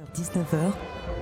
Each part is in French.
19h,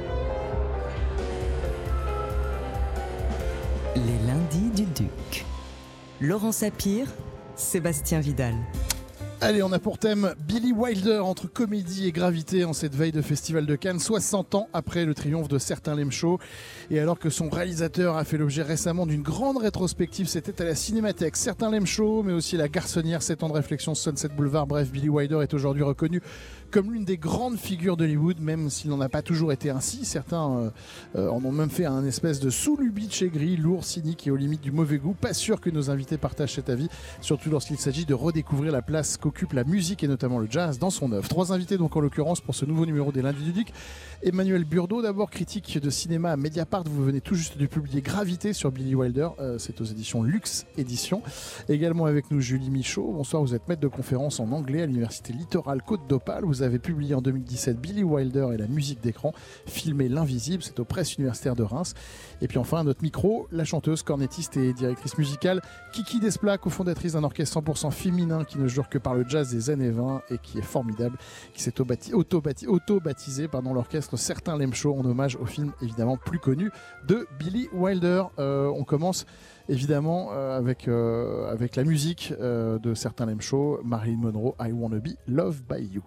les lundis du Duc. Laurent Sapir, Sébastien Vidal. Allez, on a pour thème Billy Wilder entre comédie et gravité en cette veille de Festival de Cannes, 60 ans après le triomphe de Certain Lame Show. Et alors que son réalisateur a fait l'objet récemment d'une grande rétrospective, c'était à la Cinémathèque. Certain Lame Show, mais aussi La Garçonnière, 7 ans de réflexion, Sunset Boulevard. Bref, Billy Wilder est aujourd'hui reconnu comme l'une des grandes figures d'Hollywood, même s'il n'en a pas toujours été ainsi. Certains en ont même fait un espèce de sous-Lubitsch aigri, lourd, cynique et aux limites du mauvais goût. Pas sûr que nos invités partagent cet avis, surtout lorsqu'il s'agit de redécouvrir la place qu'occupe la musique et notamment le jazz dans son œuvre. 3 invités donc en l'occurrence pour ce nouveau numéro des Lundis du Duc. Emmanuel Burdeau, d'abord critique de cinéma à Mediapart. Vous venez tout juste de publier Gravité sur Billy Wilder. C'est aux éditions Luxe Éditions. Également avec nous Julie Michaud. Bonsoir, vous êtes maître de conférence en anglais à l'université littorale Côte d'Opale. Vous avez publié en 2017 Billy Wilder et la musique d'écran, filmé L'Invisible. C'est aux presses universitaires de Reims. Et puis enfin à notre micro, la chanteuse, cornettiste et directrice musicale Kiki Desplat, cofondatrice d'un orchestre 100% féminin qui ne jure que par le jazz des années 20 et qui est formidable, qui s'est auto-baptisé l'orchestre Certain Lame Show en hommage au film évidemment plus connu de Billy Wilder. On commence évidemment avec la musique de Certain Lame Show, Marilyn Monroe, I Wanna Be Loved by You.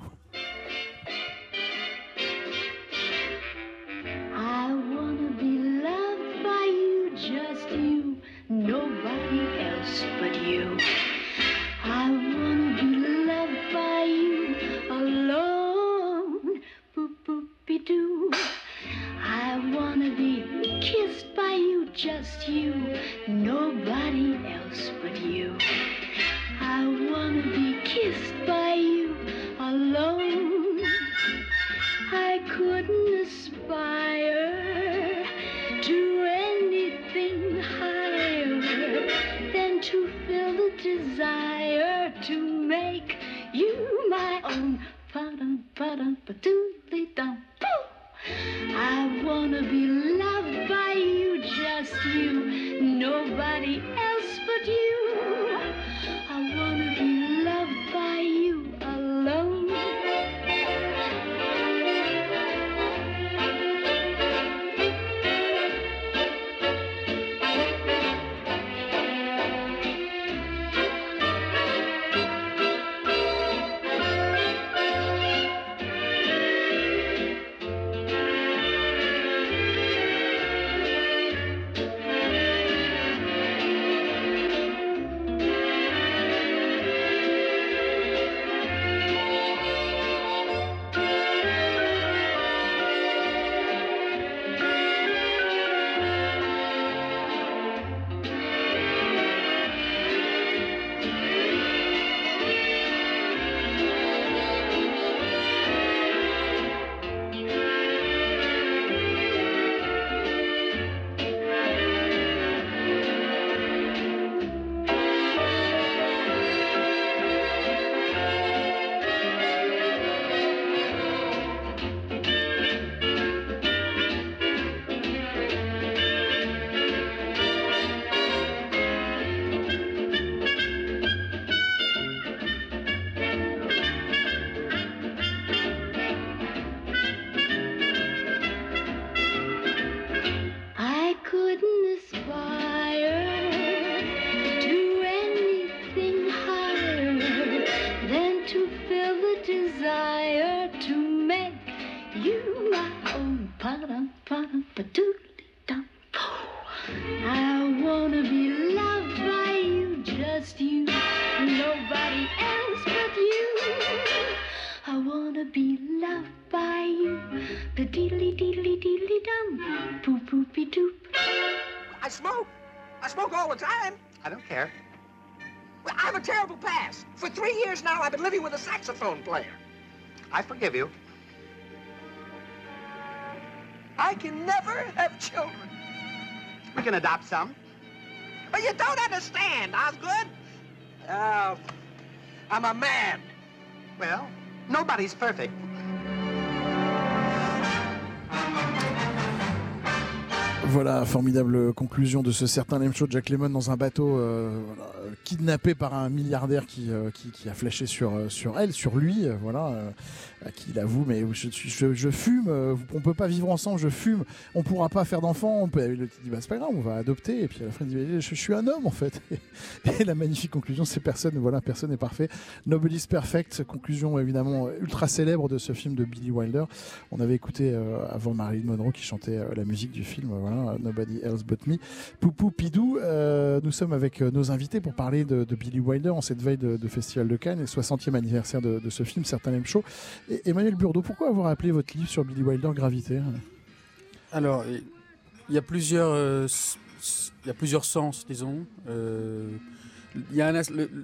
I wanna be loved by you, just you, nobody else but you. I wanna be loved by you alone, boop-boop-be-doo. I wanna be kissed by you, just you, nobody else but you. I wanna be kissed by you alone. I couldn't aspire to anything higher than to feel the desire to make you my own. Pa-dum-pa-dum-pa-doodly-dum. I wanna be loved by you, just you, nobody else but you. I wanna be loved by you alone. I smoke all the time. I don't care. Well, I have a terrible past. For 3 years now, I've been living with a saxophone player. I forgive you. I can never have children. We can adopt some. But you don't understand, Osgood. I'm a man. Well, nobody's perfect. Voilà, formidable conclusion de ce certain Lem Show. Jack Lemmon dans un bateau kidnappé par un milliardaire qui a flashé sur lui, à qui il avoue mais je fume, on peut pas vivre ensemble, je fume, on pourra pas faire d'enfants. Le type dit bah c'est pas grave, on va adopter. Et puis à la fin il dit je suis un homme en fait. Et la magnifique conclusion c'est personne n'est parfait. Nobody's perfect. Conclusion évidemment ultra célèbre de ce film de Billy Wilder. On avait écouté avant Marilyn Monroe qui chantait la musique du film. Nobody Else But Me. Poupou Pidou, nous sommes avec nos invités pour parler de Billy Wilder en cette veille de Festival de Cannes et 60e anniversaire de ce film, Certain Lem Show. Et Emmanuel Burdeau, pourquoi avoir appelé votre livre sur Billy Wilder Gravité ? Alors, il y a plusieurs sens, disons. Il y a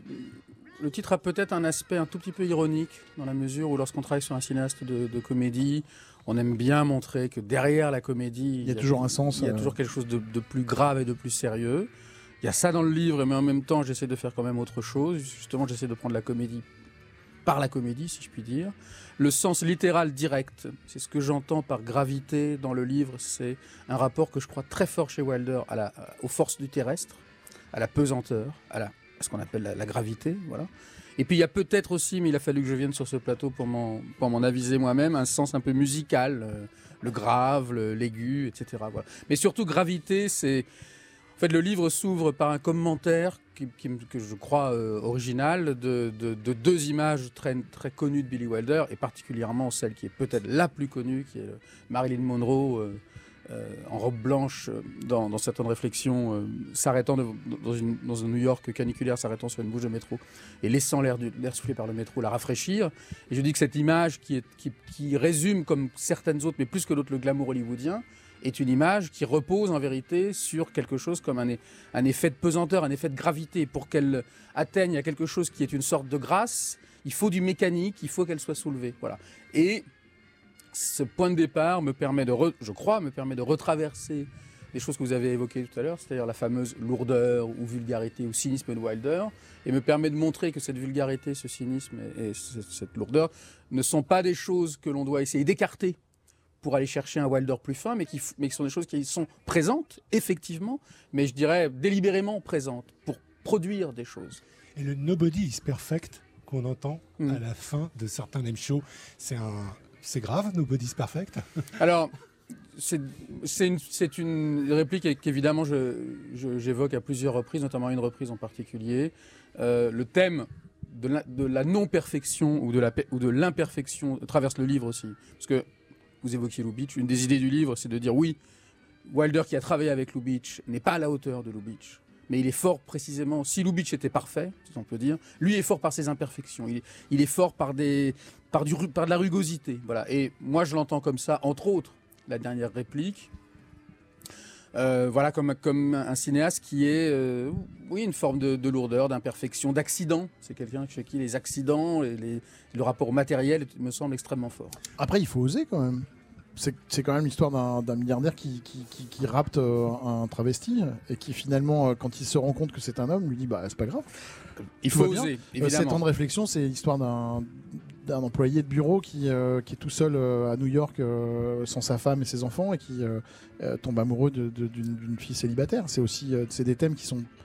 le titre a peut-être un aspect un tout petit peu ironique dans la mesure où lorsqu'on travaille sur un cinéaste de comédie, on aime bien montrer que derrière la comédie, il y a toujours un sens. Il y a toujours quelque chose de plus grave et de plus sérieux. Il y a ça dans le livre, mais en même temps, j'essaie de faire quand même autre chose. Justement, j'essaie de prendre la comédie par la comédie, si je puis dire. Le sens littéral direct, c'est ce que j'entends par gravité dans le livre. C'est un rapport que je crois très fort chez Wilder aux forces du terrestre, à la pesanteur, à ce qu'on appelle la gravité, voilà. Et puis il y a peut-être aussi, mais il a fallu que je vienne sur ce plateau pour m'en aviser moi-même, un sens un peu musical, le grave, l'aigu, etc. Voilà. Mais surtout gravité, c'est... En fait, le livre s'ouvre par un commentaire que je crois original de deux images très, très connues de Billy Wilder, et particulièrement celle qui est peut-être la plus connue, qui est Marilyn Monroe en robe blanche dans certaines réflexions, s'arrêtant dans un New York caniculaire, s'arrêtant sur une bouche de métro et laissant l'air soufflé par le métro la rafraîchir. Et je dis que cette image qui résume, comme certaines autres, mais plus que d'autres, le glamour hollywoodien, est une image qui repose en vérité sur quelque chose comme un effet de pesanteur, un effet de gravité. Pour qu'elle atteigne à quelque chose qui est une sorte de grâce, il faut du mécanique, il faut qu'elle soit soulevée. Voilà. Et ce point de départ me permet de retraverser les choses que vous avez évoquées tout à l'heure, c'est-à-dire la fameuse lourdeur ou vulgarité ou cynisme de Wilder, et me permet de montrer que cette vulgarité, ce cynisme et cette lourdeur ne sont pas des choses que l'on doit essayer d'écarter pour aller chercher un Wilder plus fin, mais qui sont des choses qui sont présentes, effectivement, mais je dirais délibérément présentes, pour produire des choses. Et le Nobody is perfect qu'on entend à la fin de certains Lem Show, c'est grave, Nobody is perfect. Alors, c'est une réplique qu'évidemment j'évoque à plusieurs reprises, notamment à une reprise en particulier. Le thème de la non-perfection ou de l'imperfection traverse le livre aussi. Parce que vous évoquiez Lubitsch, une des idées du livre, c'est de dire oui, Wilder qui a travaillé avec Lubitsch n'est pas à la hauteur de Lubitsch. Mais il est fort précisément, si Lubitsch était parfait, si on peut dire, lui est fort par ses imperfections, il est fort par de la rugosité. Voilà. Et moi je l'entends comme ça, entre autres, la dernière réplique, voilà, comme un cinéaste qui est une forme de lourdeur, d'imperfection, d'accident. C'est quelqu'un chez qui les accidents, le rapport au matériel me semble extrêmement fort. Après il faut oser quand même. C'est quand même l'histoire d'un milliardaire qui rapte un travesti et qui finalement, quand il se rend compte que c'est un homme, lui dit bah c'est pas grave. Il faut oser, évidemment. 7 ans de réflexion, c'est l'histoire d'un employé de bureau qui est tout seul à New York sans sa femme et ses enfants et qui tombe amoureux d'une fille célibataire. C'est aussi c'est des thèmes qui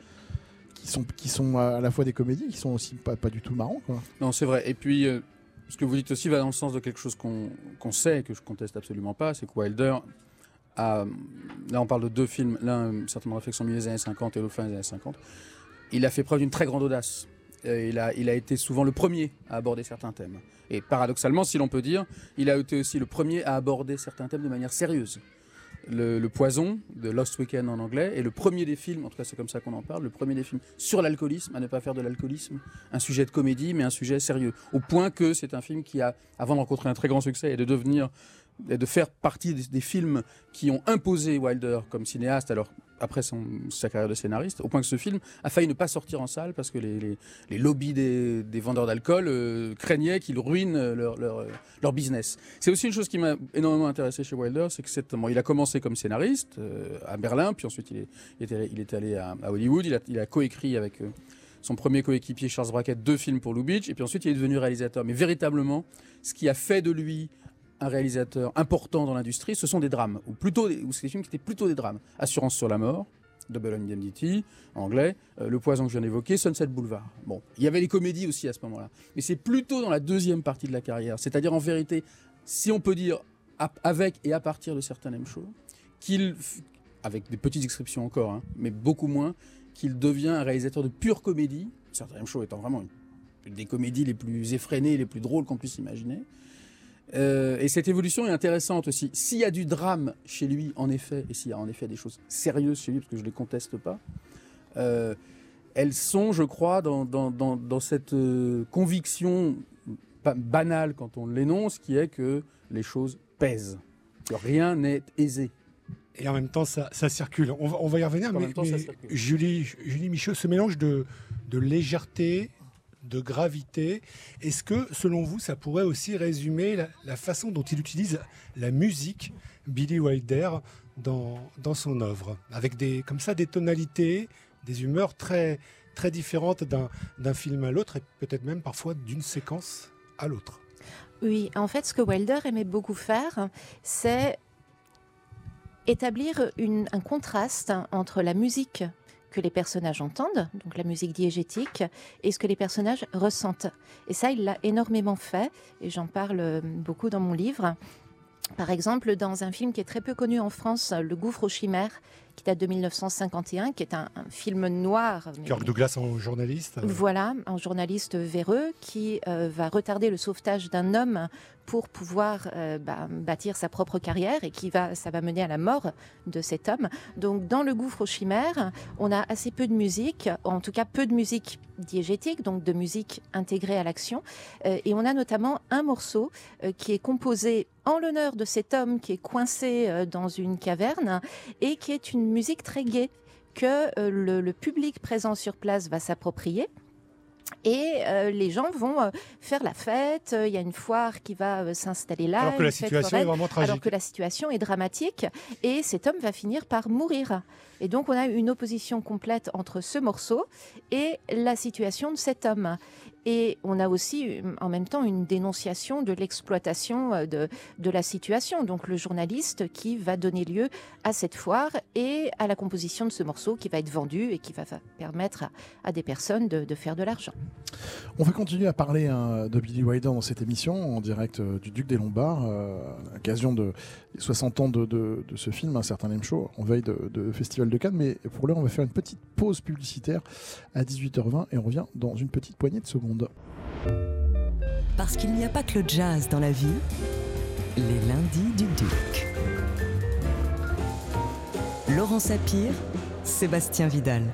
sont à la fois des comédies, qui sont aussi pas du tout marrants, quoi. Non, c'est vrai. Et puis ce que vous dites aussi va dans le sens de quelque chose qu'on sait et que je conteste absolument pas, c'est que Wilder a, là on parle de deux films, l'un certainement réflexion milieu des années 50 et l'autre fin des années 50, il a fait preuve d'une très grande audace. Il a été souvent le premier à aborder certains thèmes. Et paradoxalement, si l'on peut dire, il a été aussi le premier à aborder certains thèmes de manière sérieuse. Le Poison, de Lost Weekend en anglais, est le premier des films, en tout cas c'est comme ça qu'on en parle, le premier des films sur l'alcoolisme, à ne pas faire de l'alcoolisme un sujet de comédie, mais un sujet sérieux. Au point que c'est un film qui a, avant de rencontrer un très grand succès et de faire partie des films qui ont imposé Wilder comme cinéaste, alors après sa carrière de scénariste, au point que ce film a failli ne pas sortir en salle parce que les lobbies des vendeurs d'alcool craignaient qu'ils ruinent leur business. C'est aussi une chose qui m'a énormément intéressé chez Wilder, c'est que il a commencé comme scénariste à Berlin, puis ensuite il est allé à Hollywood, il a coécrit avec son premier coéquipier Charles Brackett 2 films pour Lubitsch, et puis ensuite il est devenu réalisateur. Mais véritablement, ce qui a fait de lui un réalisateur important dans l'industrie, ce sont des drames, ou c'est des films qui étaient plutôt des drames. Assurance sur la mort, Double Indemnity, en anglais, Le poison que je viens d'évoquer, Sunset Boulevard. Bon, il y avait les comédies aussi à ce moment-là. Mais c'est plutôt dans la deuxième partie de la carrière, c'est-à-dire en vérité, si on peut dire avec et à partir de certains M. Shaw, avec des petites exceptions encore, hein, mais beaucoup moins, qu'il devient un réalisateur de pure comédie, certains M. Shaw étant vraiment une des comédies les plus effrénées, les plus drôles qu'on puisse imaginer. Et cette évolution est intéressante aussi. S'il y a du drame chez lui, en effet, et s'il y a en effet des choses sérieuses chez lui, parce que je ne les conteste pas, elles sont, je crois, dans cette conviction banale quand on l'énonce, qui est que les choses pèsent, que rien n'est aisé. Et en même temps, ça circule. On va y revenir, mais Julie Michaud, ce mélange de légèreté, de gravité, est-ce que, selon vous, ça pourrait aussi résumer la façon dont il utilise la musique, Billy Wilder, dans son œuvre, avec des tonalités, des humeurs très, très différentes d'un film à l'autre, et peut-être même parfois d'une séquence à l'autre? Oui, en fait, ce que Wilder aimait beaucoup faire, c'est établir un contraste entre la musique que les personnages entendent, donc la musique diégétique, et ce que les personnages ressentent. Et ça, il l'a énormément fait, et j'en parle beaucoup dans mon livre. Par exemple, dans un film qui est très peu connu en France, Le Gouffre aux Chimères, qui date de 1951, qui est un film noir. Kirk Douglas en journaliste. Voilà, un journaliste véreux qui va retarder le sauvetage d'un homme pour pouvoir bâtir sa propre carrière, et ça va mener à la mort de cet homme. Donc dans Le Gouffre aux Chimères, on a assez peu de musique, en tout cas peu de musique diégétique, donc de musique intégrée à l'action. Et on a notamment un morceau qui est composé en l'honneur de cet homme qui est coincé dans une caverne, et qui est une musique très gaie que le public présent sur place va s'approprier. Et les gens vont faire la fête. Il y a une foire qui va s'installer là. Alors que la situation est vraiment tragique. Alors que la situation est dramatique. Et cet homme va finir par mourir. Et donc, on a une opposition complète entre ce morceau et la situation de cet homme. Et on a aussi, en même temps, une dénonciation de l'exploitation de la situation. Donc, le journaliste qui va donner lieu à cette foire et à la composition de ce morceau qui va être vendu et qui va permettre à des personnes de faire de l'argent. On va continuer à parler de Billy Wilder dans cette émission, en direct du Duc des Lombards, à l'occasion des 60 ans de ce film, Un certain M. Shaw, en veille de Festival de Cannes. Mais pour l'heure, on va faire une petite pause publicitaire à 18h20 et on revient dans une petite poignée de secondes. Parce qu'il n'y a pas que le jazz dans la vie, les lundis du Duc. Laurent Sapir, Sébastien Vidal.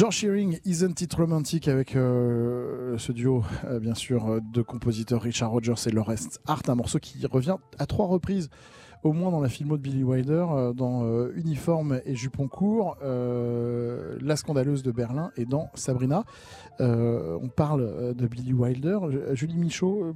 George Shearing, Isn't It Romantic, avec ce duo, bien sûr, de compositeurs Richard Rodgers et Lawrence Hart, un morceau qui revient à 3 reprises, au moins dans la filmo de Billy Wilder, dans Uniforme et Jupon court, La Scandaleuse de Berlin et dans Sabrina. On parle de Billy Wilder. Julie Michaud,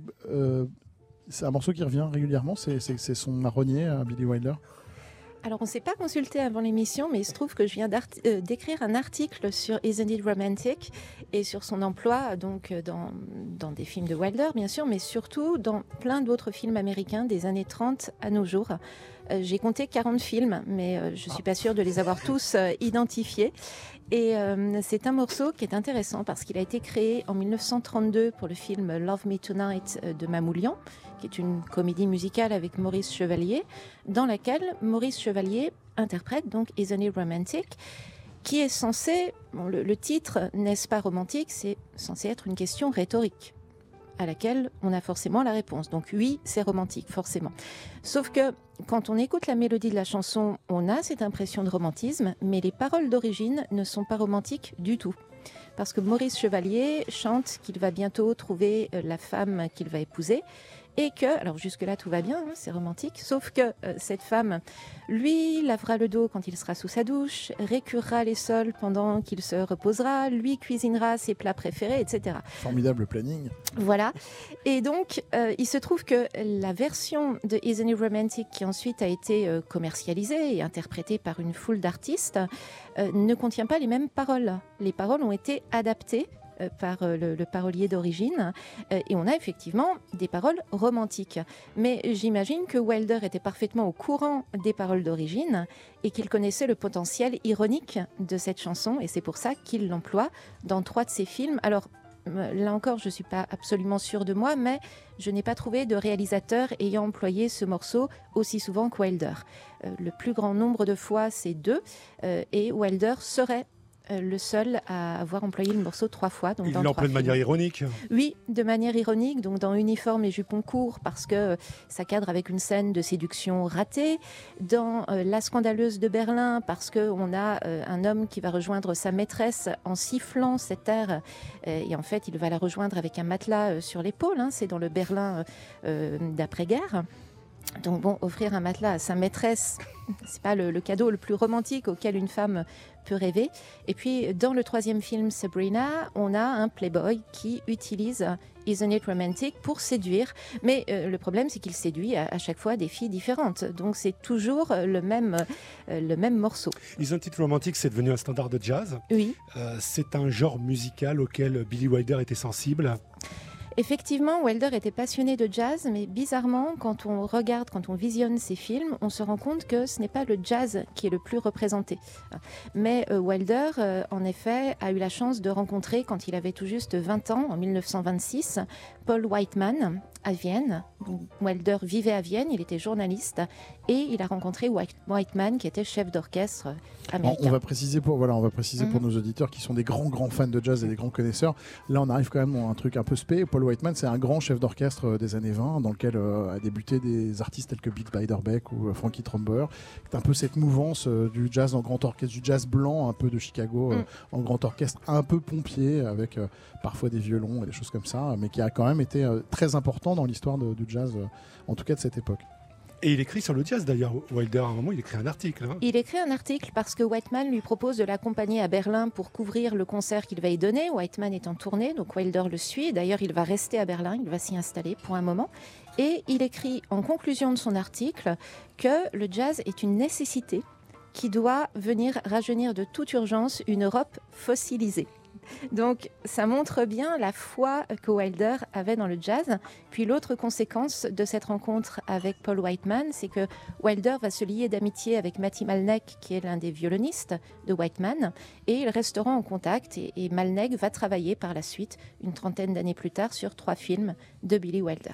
c'est un morceau qui revient régulièrement, c'est son marronnier, Billy Wilder. Alors, on ne s'est pas consulté avant l'émission, mais il se trouve que je viens d'écrire un article sur Isn't It Romantic et sur son emploi donc, dans des films de Wilder, bien sûr, mais surtout dans plein d'autres films américains des années 30 à nos jours. J'ai compté 40 films, mais je ne suis pas sûre de les avoir tous identifiés. Et c'est un morceau qui est intéressant parce qu'il a été créé en 1932 pour le film Love Me Tonight de Mamoulian, qui est une comédie musicale avec Maurice Chevalier, dans laquelle Maurice Chevalier interprète donc Isn't It Romantic, qui est censé, le titre n'est-ce pas romantique, c'est censé être une question rhétorique à laquelle on a forcément la réponse. Donc oui, c'est romantique, forcément. Sauf que quand on écoute la mélodie de la chanson, on a cette impression de romantisme, mais les paroles d'origine ne sont pas romantiques du tout. Parce que Maurice Chevalier chante qu'il va bientôt trouver la femme qu'il va épouser, et que, alors jusque-là tout va bien, hein, c'est romantique, sauf que cette femme, lui, lavera le dos quand il sera sous sa douche, récurera les sols pendant qu'il se reposera, lui cuisinera ses plats préférés, etc. Formidable planning. Voilà. Et donc, il se trouve que la version de Isn't It Romantic, qui ensuite a été commercialisée et interprétée par une foule d'artistes, ne contient pas les mêmes paroles. Les paroles ont été adaptées par le parolier d'origine et on a effectivement des paroles romantiques. Mais j'imagine que Wilder était parfaitement au courant des paroles d'origine et qu'il connaissait le potentiel ironique de cette chanson et c'est pour ça qu'il l'emploie dans 3 de ses films. Alors là encore, je ne suis pas absolument sûre de moi, mais je n'ai pas trouvé de réalisateur ayant employé ce morceau aussi souvent que Wilder. Le plus grand nombre de fois, c'est 2 et Wilder serait le seul à avoir employé le morceau 3 fois. Donc il l'emploie de manière ironique. Oui, de manière ironique, donc dans Uniforme et Jupon court, parce que ça cadre avec une scène de séduction ratée. Dans La Scandaleuse de Berlin, parce qu'on a un homme qui va rejoindre sa maîtresse en sifflant cet air, et en fait il va la rejoindre avec un matelas sur l'épaule, hein, c'est dans le Berlin d'après-guerre. Donc bon, offrir un matelas à sa maîtresse, c'est pas le cadeau le plus romantique auquel une femme peut rêver. Et puis dans le 3e film Sabrina, on a un playboy qui utilise Isn't It Romantic pour séduire. Mais le problème, c'est qu'il séduit à chaque fois des filles différentes. Donc c'est toujours le même morceau. Isn't It Romantic, c'est devenu un standard de jazz. Oui. C'est un genre musical auquel Billy Wilder était sensible. Effectivement, Wilder était passionné de jazz, mais bizarrement, quand on visionne ses films, on se rend compte que ce n'est pas le jazz qui est le plus représenté. Mais Wilder, en effet, a eu la chance de rencontrer, quand il avait tout juste 20 ans, en 1926, Paul Whiteman à Vienne. Wilder vivait à Vienne, il était journaliste, et il a rencontré Whiteman, qui était chef d'orchestre américain. On va préciser pour nos auditeurs qui sont des grands fans de jazz et des grands connaisseurs. Là, on arrive quand même à un truc un peu spé. Paul Whiteman, c'est un grand chef d'orchestre des années 20 dans lequel a débuté des artistes tels que Beat Beiderbecke ou Frankie Trombauer. C'est un peu cette mouvance du jazz en grand orchestre, du jazz blanc un peu de Chicago en grand orchestre, un peu pompier avec parfois des violons et des choses comme ça, mais qui a quand même été très important dans l'histoire du jazz, en tout cas de cette époque. Et il écrit sur le jazz d'ailleurs. Wilder, à un moment, il écrit un article. Hein. Il écrit un article parce que Whiteman lui propose de l'accompagner à Berlin pour couvrir le concert qu'il va y donner. Whiteman est en tournée, donc Wilder le suit. D'ailleurs, il va rester à Berlin, il va s'y installer pour un moment. Et il écrit en conclusion de son article que le jazz est une nécessité qui doit venir rajeunir de toute urgence une Europe fossilisée. Donc ça montre bien la foi que Wilder avait dans le jazz. Puis l'autre conséquence de cette rencontre avec Paul Whiteman, c'est que Wilder va se lier d'amitié avec Matty Malneck, qui est l'un des violonistes de Whiteman, et ils resteront en contact, et Malneck va travailler par la suite, une 30aine d'années plus tard, sur 3 films de Billy Wilder.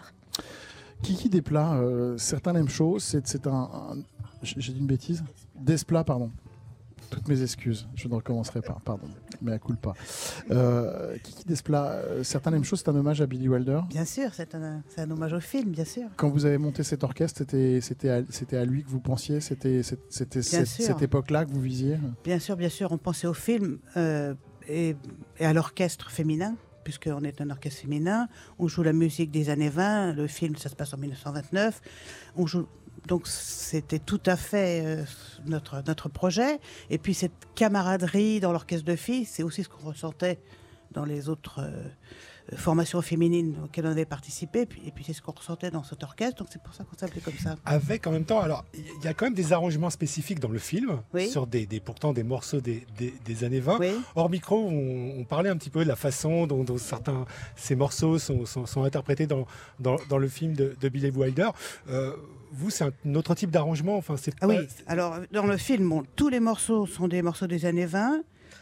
Kiki Desplat, certains l'aiment chaud, c'est un... J'ai dit une bêtise ? Desplat, pardon. Toutes mes excuses, je ne recommencerai pas, pardon, mais à culpa. Kiki Desplat, certains l'aiment chaud, c'est un hommage à Billy Wilder. Bien sûr, c'est un hommage au film, bien sûr. Quand vous avez monté cet orchestre, c'était à lui que vous pensiez, c'était cette époque-là que vous visiez? Bien sûr, on pensait au film. et à l'orchestre féminin, puisqu'on est un orchestre féminin. On joue la musique des années 20. Le film, ça se passe en 1929. On joue... Donc c'était tout à fait notre projet. Et puis cette camaraderie dans l'orchestre de filles, c'est aussi ce qu'on ressentait dans les autres formations féminines auxquelles on avait participé. Et puis c'est ce qu'on ressentait dans cet orchestre. Donc c'est pour ça qu'on s'appelait comme ça. Avec en même temps, alors il y a quand même des arrangements spécifiques dans le film, sur pourtant des morceaux des années 20. Oui. Hors micro, on parlait un petit peu de la façon dont certains ces morceaux sont interprétés dans le film de Billy Wilder. Vous, c'est un autre type d'arrangement, enfin, c'est pas... Oui, alors dans le film, tous les morceaux sont des morceaux des années 20,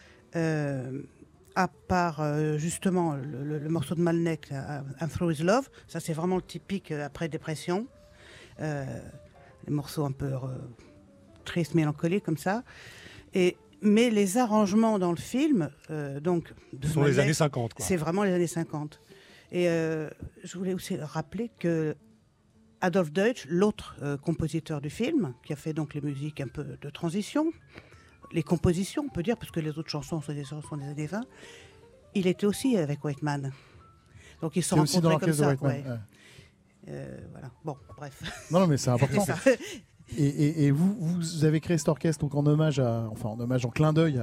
à part justement le morceau de Malnek, I'm Through His Love, ça c'est vraiment le typique après-dépression, les morceaux un peu tristes, mélancoliques comme ça, mais les arrangements dans le film, donc... Ce sont les années 50, quoi. C'est vraiment les années 50. Et je voulais aussi rappeler que Adolf Deutsch, l'autre compositeur du film, qui a fait donc les musiques un peu de transition, les compositions, on peut dire, parce que les autres chansons sont des années 20, il était aussi avec Whiteman. Donc ils se sont rencontrés comme ça. Voilà. Bon, bref. Non, mais c'est important. Et vous avez créé cet orchestre donc en hommage en clin d'œil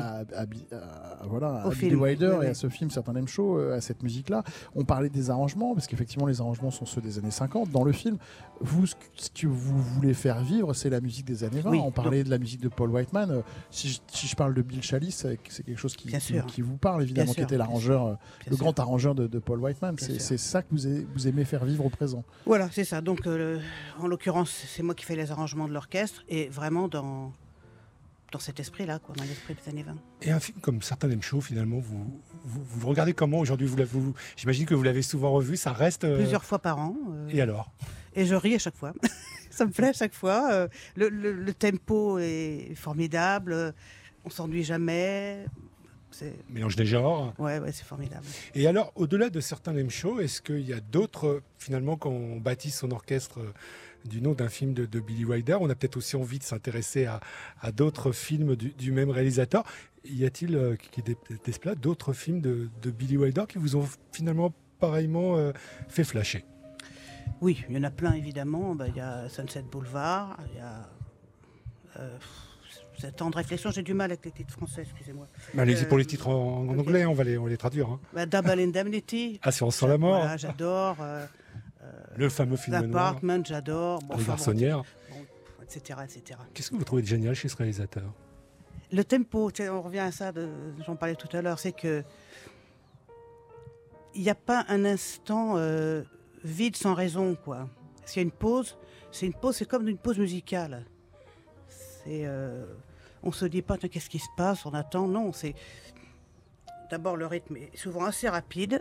à Billy Wilder et à ce film Certain Name Show, à cette musique-là. On parlait des arrangements, parce qu'effectivement les arrangements sont ceux des années 50. Dans le film, ce que vous voulez faire vivre, c'est la musique des années 20. On parlait de la musique de Paul Whiteman. Si je parle de Bill Challis, c'est quelque chose qui vous parle, évidemment, qui était l'arrangeur, le grand arrangeur de Paul Whiteman. C'est ça que vous aimez faire vivre au présent. Voilà, c'est ça. Donc, en l'occurrence, c'est moi qui fais les arrangements de l'orchestre, et vraiment dans cet esprit-là, dans l'esprit des années 20. Et un film comme Certain Name Show, finalement, vous le regardez comment aujourd'hui? J'imagine que vous l'avez souvent revu, ça reste... Plusieurs fois par an. Et alors? Et je ris à chaque fois. Ça me plaît à chaque fois. Le tempo est formidable, on s'ennuie jamais. Mélange des genres. Ouais, c'est formidable. Et alors, au-delà de Certain Name Show, est-ce qu'il y a d'autres, finalement, quand on bâtit son orchestre du nom d'un film de Billy Wilder, on a peut-être aussi envie de s'intéresser à d'autres films du même réalisateur. Y a-t-il, qui déplacent d'autres films de Billy Wilder qui vous ont finalement pareillement fait flasher? Oui, il y en a plein, évidemment. Il y a Sunset Boulevard, il y a... C'est temps de réflexion, j'ai du mal avec les titres français, excusez-moi. Allez-y pour les titres en anglais, on va les traduire. Double Indemnity. Assurance sans la mort. Voilà, j'adore. Le fameux film noir. L'Apartment, j'adore. Les Garçonnières. Etc. Qu'est-ce que vous trouvez de génial chez ce réalisateur? Le tempo, on revient à ça, j'en parlais tout à l'heure, c'est que il n'y a pas un instant vide sans raison, quoi. S'il y a une pause, c'est comme une pause musicale. On se dit pas qu'est-ce qui se passe, on attend. Non, c'est d'abord le rythme est souvent assez rapide,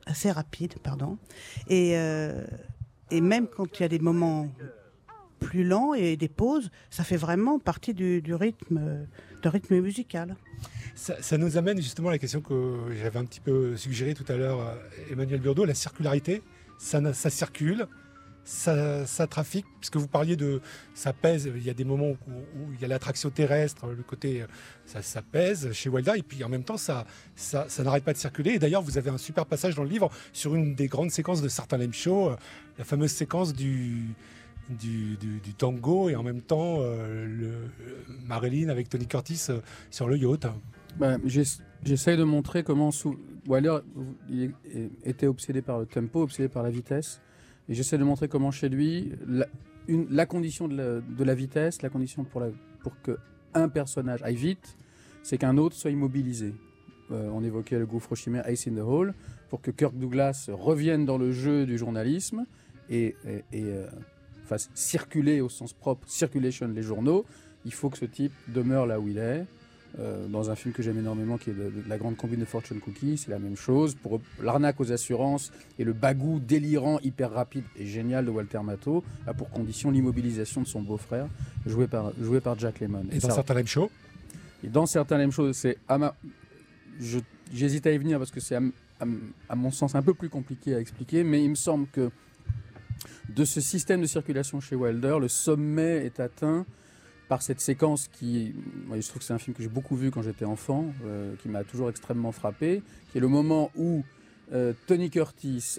et même quand il y a des moments plus lents et des pauses, ça fait vraiment partie du rythme musical. Ça nous amène justement à la question que j'avais un petit peu suggérée tout à l'heure, Emmanuel Burdeau, la circularité. Ça circule. Ça trafique, puisque vous parliez de ça pèse, il y a des moments où il y a l'attraction terrestre, le côté ça pèse chez Wilder, et puis en même temps ça n'arrête pas de circuler. Et d'ailleurs vous avez un super passage dans le livre sur une des grandes séquences de Certain Name Show, la fameuse séquence du tango, et en même temps Marilyn avec Tony Curtis sur le yacht. J'essaye de montrer comment Wilder était obsédé par le tempo, obsédé par la vitesse. Et j'essaie de montrer comment chez lui, la condition de la vitesse, la condition pour qu'un personnage aille vite, c'est qu'un autre soit immobilisé. On évoquait le gouffre chimère Ace in the Hole, pour que Kirk Douglas revienne dans le jeu du journalisme et fasse circuler au sens propre, circulation les journaux, il faut que ce type demeure là où il est. Dans un film que j'aime énormément qui est La Grande Combine de Fortune Cookie, c'est la même chose. Pour l'arnaque aux assurances et le bagou délirant, hyper rapide et génial de Walter Matthau a pour condition l'immobilisation de son beau-frère, joué par Jack Lemmon. Et dans Certain Name Show? Et dans Certain Name Show, c'est j'hésite à y venir parce que c'est à mon sens un peu plus compliqué à expliquer, mais il me semble que de ce système de circulation chez Wilder, le sommet est atteint par cette séquence qui, moi, je trouve que c'est un film que j'ai beaucoup vu quand j'étais enfant, qui m'a toujours extrêmement frappé, qui est le moment où Tony Curtis,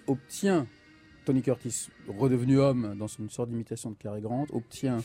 redevenu homme dans une sorte d'imitation de Cary Grant, obtient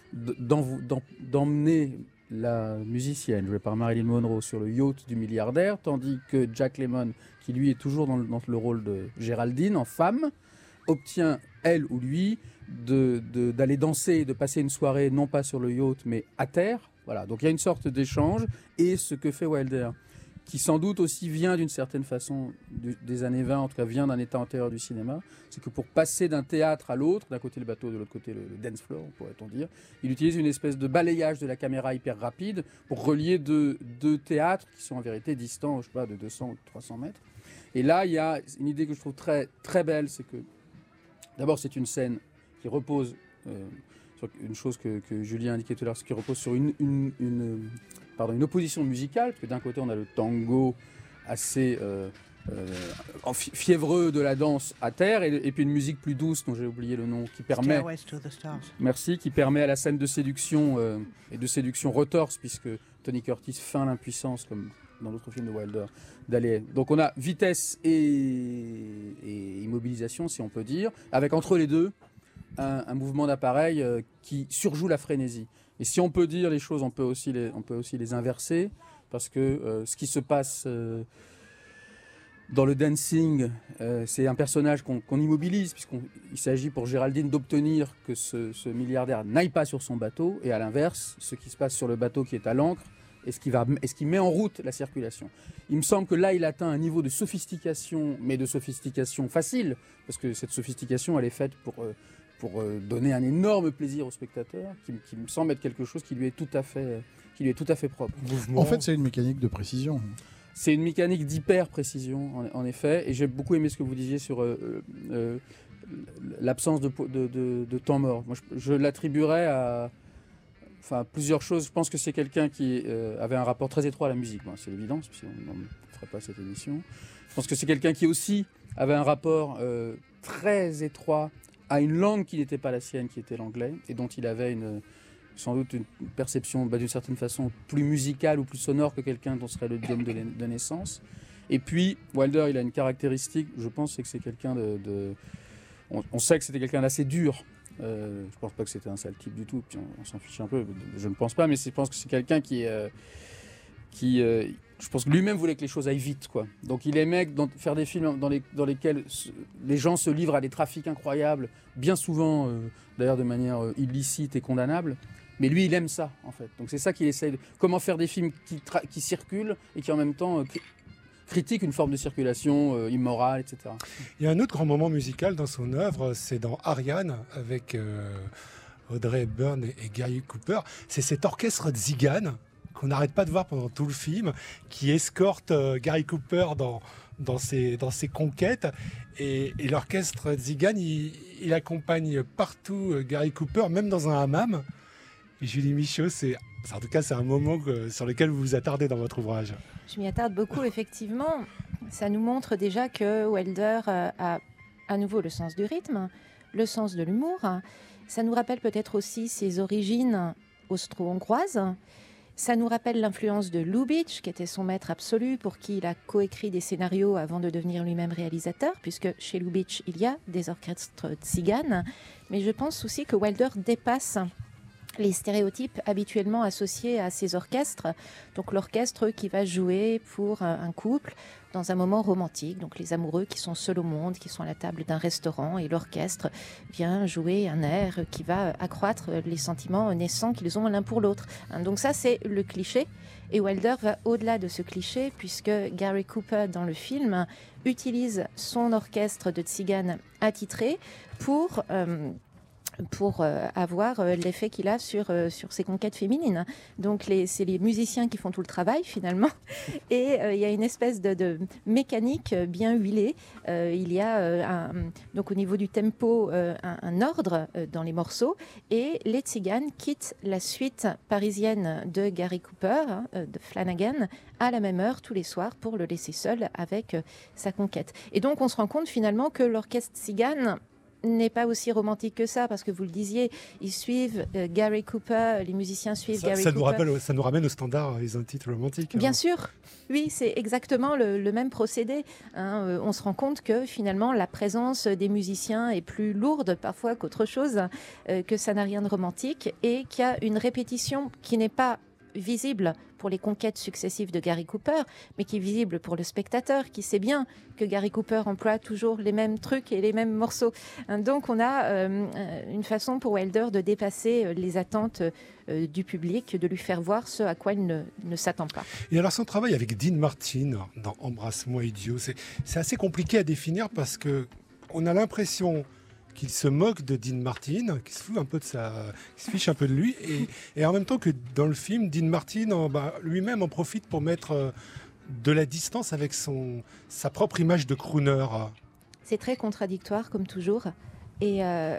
d'emmener la musicienne jouée par Marilyn Monroe sur le yacht du milliardaire, tandis que Jack Lemmon, qui lui est toujours dans le rôle de Géraldine en femme, obtient, elle ou lui, d'aller danser, de passer une soirée non pas sur le yacht mais à terre. Voilà, donc il y a une sorte d'échange, et ce que fait Wilder, qui sans doute aussi vient d'une certaine façon des années 20, en tout cas vient d'un état antérieur du cinéma, c'est que pour passer d'un théâtre à l'autre, d'un côté le bateau, de l'autre côté le dance floor, pourrait-on dire, il utilise une espèce de balayage de la caméra hyper rapide pour relier deux théâtres qui sont en vérité distants, je sais pas, de 200 ou 300 mètres. Et là, il y a une idée que je trouve très, très belle, c'est que d'abord c'est une scène qui repose sur une chose que Julien indiquait tout à l'heure, qui repose sur une opposition musicale, parce que d'un côté on a le tango assez fiévreux de la danse à terre, et puis une musique plus douce dont j'ai oublié le nom, qui permet, qui permet à la scène de séduction et de séduction retorse, puisque Tony Curtis feint l'impuissance comme dans l'autre film de Wilder, d'aller. Donc on a vitesse et immobilisation, si on peut dire, avec entre les deux un mouvement d'appareil qui surjoue la frénésie. Et si on peut dire les choses, on peut aussi les inverser, parce que ce qui se passe dans le dancing, c'est un personnage qu'on immobilise, puisqu'il s'agit pour Géraldine d'obtenir que ce milliardaire n'aille pas sur son bateau, et à l'inverse, ce qui se passe sur le bateau qui est à l'ancre, est-ce qui met en route la circulation. Il me semble que là, il atteint un niveau de sophistication, mais de sophistication facile, parce que cette sophistication, elle est faite pour donner un énorme plaisir au spectateur, qui me semble être quelque chose qui lui est tout à fait propre. En fait, c'est une mécanique de précision. C'est une mécanique d'hyper-précision, en effet, et j'ai beaucoup aimé ce que vous disiez sur l'absence de temps mort. Moi, je l'attribuerais à plusieurs choses. Je pense que c'est quelqu'un qui avait un rapport très étroit à la musique. Bon, c'est l'évidence, sinon on ne ferait pas cette émission. Je pense que c'est quelqu'un qui aussi avait un rapport très étroit à une langue qui n'était pas la sienne, qui était l'anglais, et dont il avait sans doute une perception d'une certaine façon plus musicale ou plus sonore que quelqu'un dont serait le diplôme de naissance. Et puis, Wilder, il a une caractéristique, je pense, c'est que c'est quelqu'un on sait que c'était quelqu'un d'assez dur. Je ne pense pas que c'était un sale type du tout, puis on s'en fiche un peu, je ne pense pas, mais je pense que c'est quelqu'un je pense que lui-même voulait que les choses aillent vite, quoi. Donc il aimait faire des films dans lesquels les gens se livrent à des trafics incroyables, bien souvent d'ailleurs de manière illicite et condamnable, mais lui il aime ça en fait. Donc c'est ça qu'il essaye comment faire des films qui circulent et qui en même temps critiquent une forme de circulation immorale, etc. Il y a un autre grand moment musical dans son œuvre, c'est dans Ariane avec Audrey Hepburn et Gary Cooper. C'est cet orchestre de Zigan qu'on n'arrête pas de voir pendant tout le film, qui escorte Gary Cooper dans ses conquêtes. Et l'orchestre Zigan, il accompagne partout Gary Cooper, même dans un hammam. Et Julie Michaud, en tout cas, c'est un moment sur lequel vous vous attardez dans votre ouvrage. Je m'y attarde beaucoup, effectivement. Ça nous montre déjà que Wilder a à nouveau le sens du rythme, le sens de l'humour. Ça nous rappelle peut-être aussi ses origines austro-hongroises. Ça nous rappelle l'influence de Lubitsch, qui était son maître absolu, pour qui il a coécrit des scénarios avant de devenir lui-même réalisateur, puisque chez Lubitsch, il y a des orchestres tziganes. Mais je pense aussi que Wilder dépasse les stéréotypes habituellement associés à ces orchestres. Donc l'orchestre qui va jouer pour un couple dans un moment romantique, donc les amoureux qui sont seuls au monde, qui sont à la table d'un restaurant, et l'orchestre vient jouer un air qui va accroître les sentiments naissants qu'ils ont l'un pour l'autre. Donc ça, c'est le cliché. Et Wilder va au-delà de ce cliché, puisque Gary Cooper, dans le film, utilise son orchestre de tziganes attitré pour avoir l'effet qu'il a sur ses conquêtes féminines. Donc c'est les musiciens qui font tout le travail finalement, et il y a une espèce de mécanique bien huilée. Il y a donc au niveau du tempo un ordre dans les morceaux, et les tziganes quittent la suite parisienne de Gary Cooper, de Flanagan, à la même heure tous les soirs pour le laisser seul avec sa conquête. Et donc on se rend compte finalement que l'orchestre tzigane n'est pas aussi romantique que ça, parce que vous le disiez, ils suivent Gary Cooper, les musiciens suivent Gary Cooper. Ça nous ramène au standard Isn't It Romantic. Bien sûr, oui, c'est exactement le même procédé. On se rend compte que finalement la présence des musiciens est plus lourde parfois qu'autre chose, que ça n'a rien de romantique, et qu'il y a une répétition qui n'est pas visible pour les conquêtes successives de Gary Cooper, mais qui est visible pour le spectateur, qui sait bien que Gary Cooper emploie toujours les mêmes trucs et les mêmes morceaux. Donc on a une façon pour Wilder de dépasser les attentes du public, de lui faire voir ce à quoi il ne s'attend pas. Et alors son travail avec Dean Martin dans Embrasse-moi idiot, c'est assez compliqué à définir parce que on a l'impression qu'il se moque de Dean Martin, qu'il se fout un peu qu'il se fiche un peu de lui, et en même temps que dans le film, Dean Martin lui-même en profite pour mettre de la distance avec sa propre image de crooner. C'est très contradictoire comme toujours. Et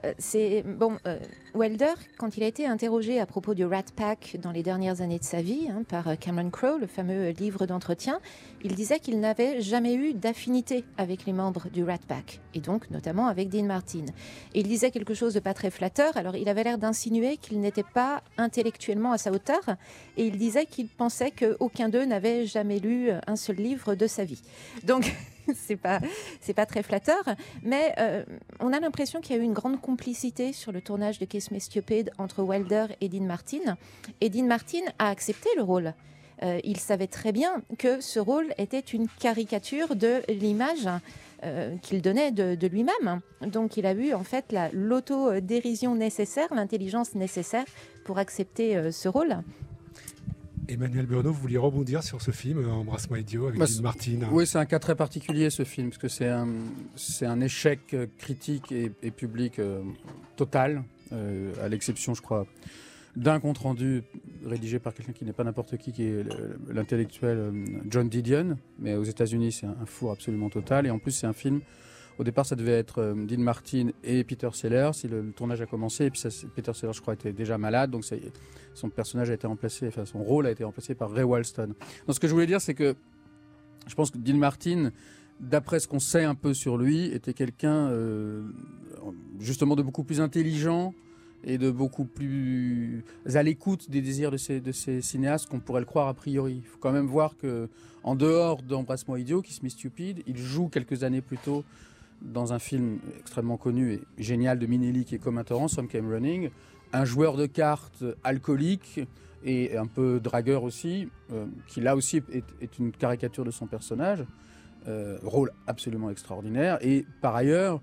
Wilder, quand il a été interrogé à propos du Rat Pack dans les dernières années de sa vie, par Cameron Crowe, le fameux livre d'entretien, il disait qu'il n'avait jamais eu d'affinité avec les membres du Rat Pack, et donc notamment avec Dean Martin. Et il disait quelque chose de pas très flatteur, alors il avait l'air d'insinuer qu'il n'était pas intellectuellement à sa hauteur, et il disait qu'il pensait qu'aucun d'eux n'avait jamais lu un seul livre de sa vie. Donc... c'est pas très flatteur, mais on a l'impression qu'il y a eu une grande complicité sur le tournage de Kiss Me Stupid entre Wilder et Dean Martin. Et Dean Martin a accepté le rôle. Il savait très bien que ce rôle était une caricature de l'image qu'il donnait de lui-même. Donc il a eu en fait l'autodérision nécessaire, l'intelligence nécessaire pour accepter ce rôle. Emmanuel Bruno, vous vouliez rebondir sur ce film, Embrasse-moi idiot, avec Dean Martin. Oui, c'est un cas très particulier ce film, parce que c'est un échec critique et public total, à l'exception, je crois, d'un compte-rendu rédigé par quelqu'un qui n'est pas n'importe qui est l'intellectuel John Didion, mais aux États-Unis, c'est un four absolument total, et en plus, c'est un film. Au départ, ça devait être Dean Martin et Peter Sellers. Le tournage a commencé, et puis Peter Sellers, je crois, était déjà malade, donc son personnage a été remplacé, enfin son rôle a été remplacé par Ray Walston. Donc, ce que je voulais dire, c'est que je pense que Dean Martin, d'après ce qu'on sait un peu sur lui, était quelqu'un justement de beaucoup plus intelligent et de beaucoup plus à l'écoute des désirs de ces cinéastes qu'on pourrait le croire a priori. Il faut quand même voir qu'en dehors d'Embrasse-moi idiot, Kiss Me Stupid, il joue quelques années plus tôt dans un film extrêmement connu et génial de Minnelli qui est Comme un torrent, Some Came Running, un joueur de cartes alcoolique et un peu dragueur aussi, qui là aussi est une caricature de son personnage, rôle absolument extraordinaire. Et par ailleurs,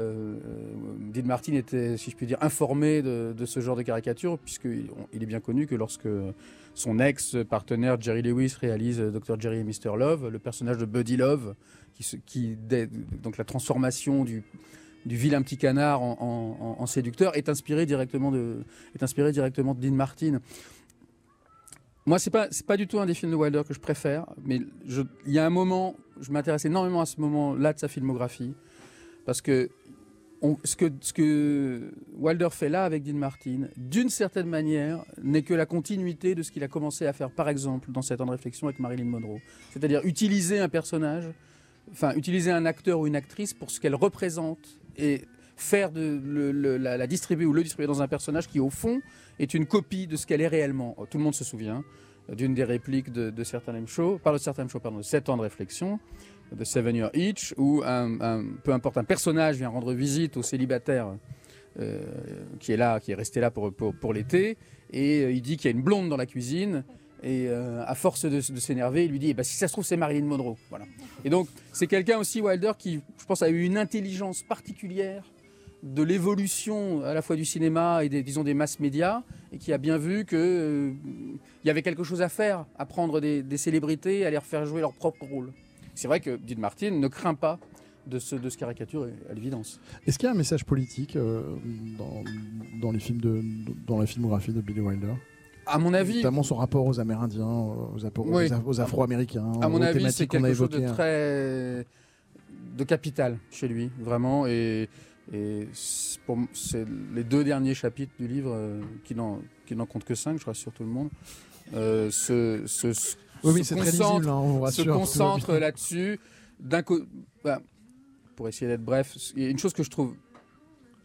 Dean Martin était, si je puis dire, informé de ce genre de caricature, puisqu'il est bien connu que lorsque son ex-partenaire Jerry Lewis réalise Dr. Jerry et Mr. Love, le personnage de Buddy Love, donc la transformation du vilain petit canard en séducteur, est inspiré directement de Dean Martin. Moi, c'est pas du tout un des films de Wilder que je préfère, mais il y a un moment, je m'intéresse énormément à ce moment-là de sa filmographie, parce que ce que Wilder fait là avec Dean Martin, d'une certaine manière, n'est que la continuité de ce qu'il a commencé à faire, par exemple, dans 7 ans de réflexion avec Marilyn Monroe. C'est-à-dire utiliser un personnage, utiliser un acteur ou une actrice pour ce qu'elle représente et faire la distribuer ou le distribuer dans un personnage qui, au fond, est une copie de ce qu'elle est réellement. Tout le monde se souvient d'une des répliques de Certain Lame Show, de 7 ans de réflexion, de 7 Year Itch, où peu importe, un personnage vient rendre visite au célibataire qui est resté là pour l'été, et il dit qu'il y a une blonde dans la cuisine, et à force de s'énerver, il lui dit si ça se trouve c'est Marilyn Monroe. Voilà. Et donc c'est quelqu'un aussi, Wilder, qui je pense a eu une intelligence particulière de l'évolution à la fois du cinéma et des mass médias, et qui a bien vu qu'il y avait quelque chose à faire, à prendre des célébrités, à les faire jouer leur propre rôle. C'est vrai que Dean Martin ne craint pas de ce caricature, à l'évidence. Est-ce qu'il y a un message politique dans la filmographie de Billy Wilder ? À mon avis, notamment son rapport aux Amérindiens, aux Afro-Américains. À mon avis, c'est quelque chose de capital chez lui, vraiment. Et c'est les 2 derniers chapitres du livre qui n'en comptent que 5, je rassure tout le monde. C'est très lisible, on vous rassure. Se concentre là-dessus. Pour essayer d'être bref, il y a une chose que je trouve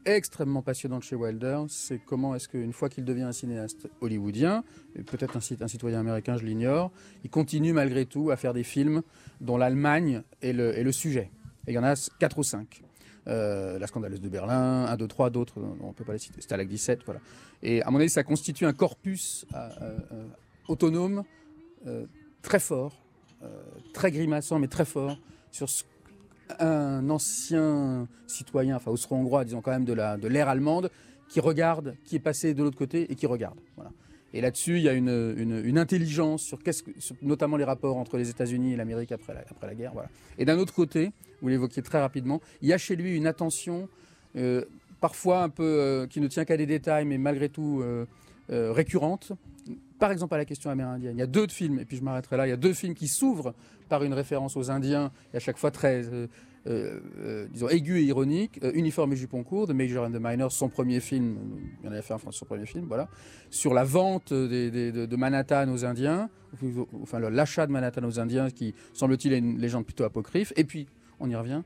extrêmement passionnante chez Wilder, c'est comment est-ce qu'une fois qu'il devient un cinéaste hollywoodien, et peut-être un citoyen américain, je l'ignore, il continue malgré tout à faire des films dont l'Allemagne est le sujet. Et il y en a 4 ou 5. La Scandaleuse de Berlin, 1, 2, 3, d'autres, on ne peut pas les citer. Stalag 17, voilà. Et à mon avis, ça constitue un corpus autonome, très fort, très grimaçant, mais très fort, sur un ancien citoyen, enfin austro-hongrois, disons quand même de l'ère allemande, qui regarde, qui est passé de l'autre côté et qui regarde. Voilà. Et là-dessus, il y a une intelligence sur notamment les rapports entre les États-Unis et l'Amérique après la guerre. Voilà. Et d'un autre côté, vous l'évoquiez très rapidement, il y a chez lui une attention, parfois un peu qui ne tient qu'à des détails, mais malgré tout récurrente. Par exemple, à la question amérindienne. Il y a 2 films, et puis je m'arrêterai là, il y a 2 films qui s'ouvrent par une référence aux Indiens, et à chaque fois très disons, aigu et ironique. Uniforme et jupon court, de Major and the Minor, son premier film, il en avait fait un, son premier film, voilà, sur la vente de Manhattan aux Indiens, enfin l'achat de Manhattan aux Indiens, qui semble-t-il est une légende plutôt apocryphe. Et puis, on y revient,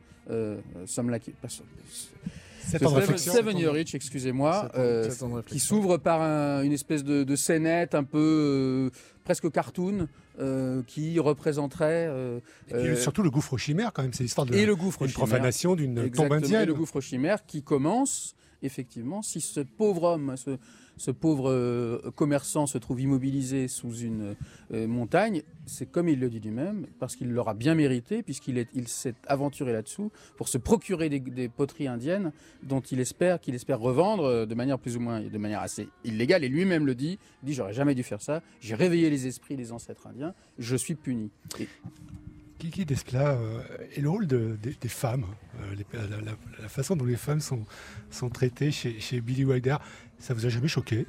Seven Year Itch, excusez-moi, qui s'ouvre par une espèce de scénette un peu presque cartoon qui représenterait... et puis surtout le gouffre aux chimères, quand même, c'est l'histoire de une profanation d'une tombe indienne. Et le gouffre aux chimères qui commence, effectivement, si ce pauvre homme, ce pauvre commerçant se trouve immobilisé sous une montagne, c'est comme il le dit lui-même, parce qu'il l'aura bien mérité, puisqu'il s'est aventuré là-dessous pour se procurer des poteries indiennes dont qu'il espère revendre de manière plus ou moins, de manière assez illégale. Et lui-même le dit, il dit j'aurais jamais dû faire ça, j'ai réveillé les esprits des ancêtres indiens, je suis puni. Kiki Desplat et le rôle des femmes, la façon dont les femmes sont traitées chez Billy Wilder, ça vous a jamais choqué?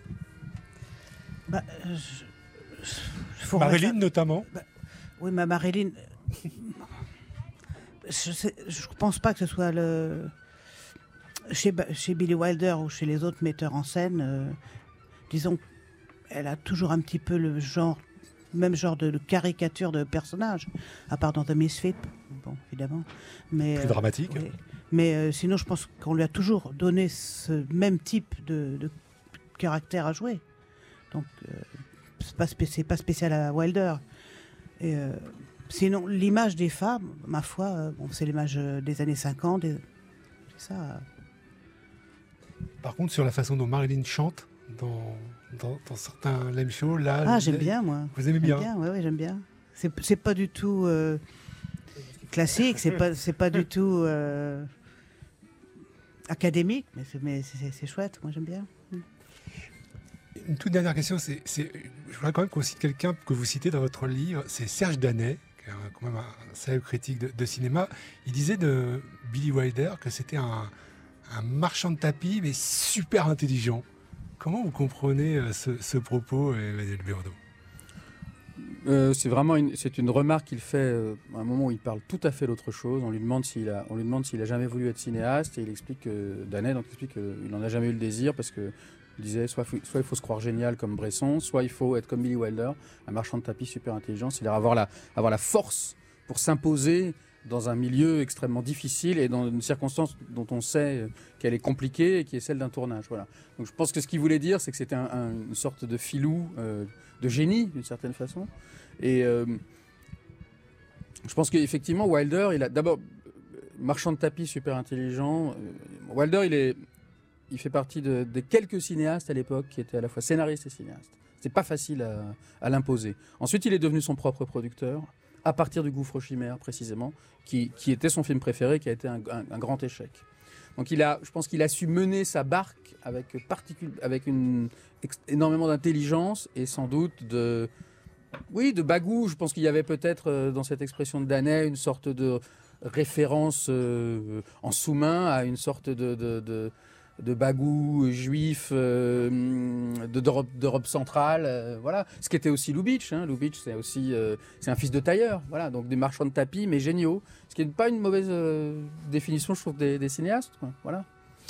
Marilyn notamment. Oui, mais Marilyn, je pense pas que ce soit chez Billy Wilder ou chez les autres metteurs en scène. Disons, elle a toujours un petit peu le même genre de caricature de personnage, à part dans The Misfits, bon, évidemment. Mais, plus dramatique. Oui. Mais sinon, je pense qu'on lui a toujours donné ce même type de caractère à jouer. Donc, c'est pas spécial à Wilder. Et, sinon, l'image des femmes, ma foi, c'est l'image des années 50. C'est ça. Par contre, sur la façon dont Marilyn chante dans certains Lame Show, là... Ah, j'aime bien, moi. Vous aimez bien? Oui, j'aime bien. C'est pas du tout classique, c'est pas du tout académique, mais c'est chouette, moi j'aime bien. Une toute dernière question, je voudrais quand même qu'on cite quelqu'un que vous citez dans votre livre, c'est Serge Danet, qui est quand même un célèbre critique de cinéma. Il disait de Billy Wilder que c'était un marchand de tapis, mais super intelligent. Comment vous comprenez ce propos, Emmanuel Béraudot? C'est une remarque qu'il fait à un moment où il parle tout à fait d'autre chose. On lui demande s'il a jamais voulu être cinéaste, et il explique Danet explique qu'il n'en a jamais eu le désir, parce que il disait soit il faut se croire génial comme Bresson, soit il faut être comme Billy Wilder, un marchand de tapis super intelligent, c'est-à-dire avoir la force pour s'imposer dans un milieu extrêmement difficile et dans une circonstance dont on sait qu'elle est compliquée et qui est celle d'un tournage. Voilà. Donc je pense que ce qu'il voulait dire, c'est que c'était une sorte de filou, de génie d'une certaine façon. Et je pense qu'effectivement, Wilder, il a d'abord marchand de tapis super intelligent. Wilder, il fait partie des quelques cinéastes à l'époque qui étaient à la fois scénaristes et cinéastes. C'est pas facile à l'imposer. Ensuite, il est devenu son propre producteur, à partir du Gouffre aux Chimères, précisément, qui était son film préféré, qui a été un grand échec. Donc je pense qu'il a su mener sa barque avec énormément d'intelligence et sans doute de bagou. Je pense qu'il y avait peut-être dans cette expression de Danet une sorte de référence en sous-main à une sorte de bagou juif d'Europe centrale, voilà. Ce qui était aussi Lubitsch. Lubitsch, c'est un fils de tailleur, voilà. Donc des marchands de tapis, mais géniaux. Ce qui n'est pas une mauvaise définition, je trouve, des cinéastes, quoi. Voilà.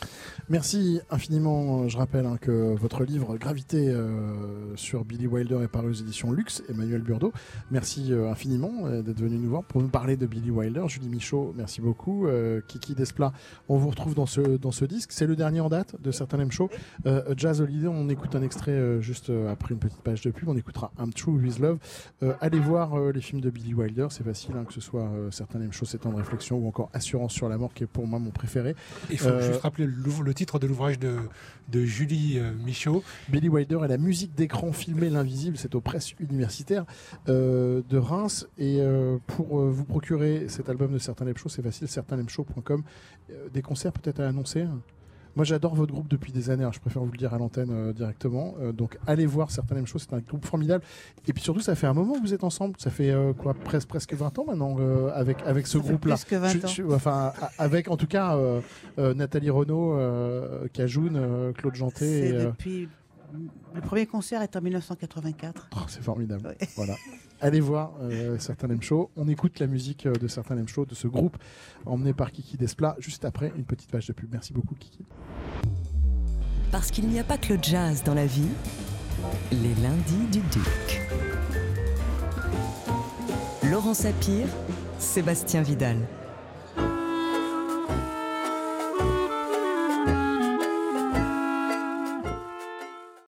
Merci infiniment. Je rappelle que votre livre Gravité sur Billy Wilder est paru aux éditions Luxe, Emmanuel Burdeau. Merci infiniment d'être venu nous voir pour nous parler de Billy Wilder. Julie Michaud, merci beaucoup. Kiki Desplat, on vous retrouve dans ce disque. C'est le dernier en date de Certain Lame Show. Jazz Holiday, on écoute un extrait juste après une petite page de pub. On écoutera I'm True With Love. Allez voir les films de Billy Wilder, c'est facile, que ce soit Certain Lame Show, 7 ans de réflexion ou encore Assurance sur la mort, qui est pour moi mon préféré. Il faut juste rappeler le titre de l'ouvrage de Julie Michaud. Billy Wilder et la musique d'écran filmée L'Invisible, c'est aux presses universitaires de Reims. Et pour vous procurer cet album de Certain Lame Show, c'est facile, certainlameshow.com. Des concerts peut-être à annoncer. Moi j'adore votre groupe depuis des années, je préfère vous le dire à l'antenne directement, donc allez voir Certain Lame Show, c'est un groupe formidable, et puis surtout ça fait un moment que vous êtes ensemble, ça fait presque 20 ans maintenant avec ce groupe-là. Plus que 20 ans. Enfin, avec en tout cas Nathalie Renaud, Cajoun, Claude Janté. C'est depuis... Le premier concert est en 1984. Oh, c'est formidable. Ouais. Voilà. Allez voir Certain Lame Show. On écoute la musique de Certain Lame Show, de ce groupe emmené par Kiki Desplat, juste après une petite page de pub. Merci beaucoup, Kiki. Parce qu'il n'y a pas que le jazz dans la vie, les lundis du Duc. Laurent Sapir, Sébastien Vidal.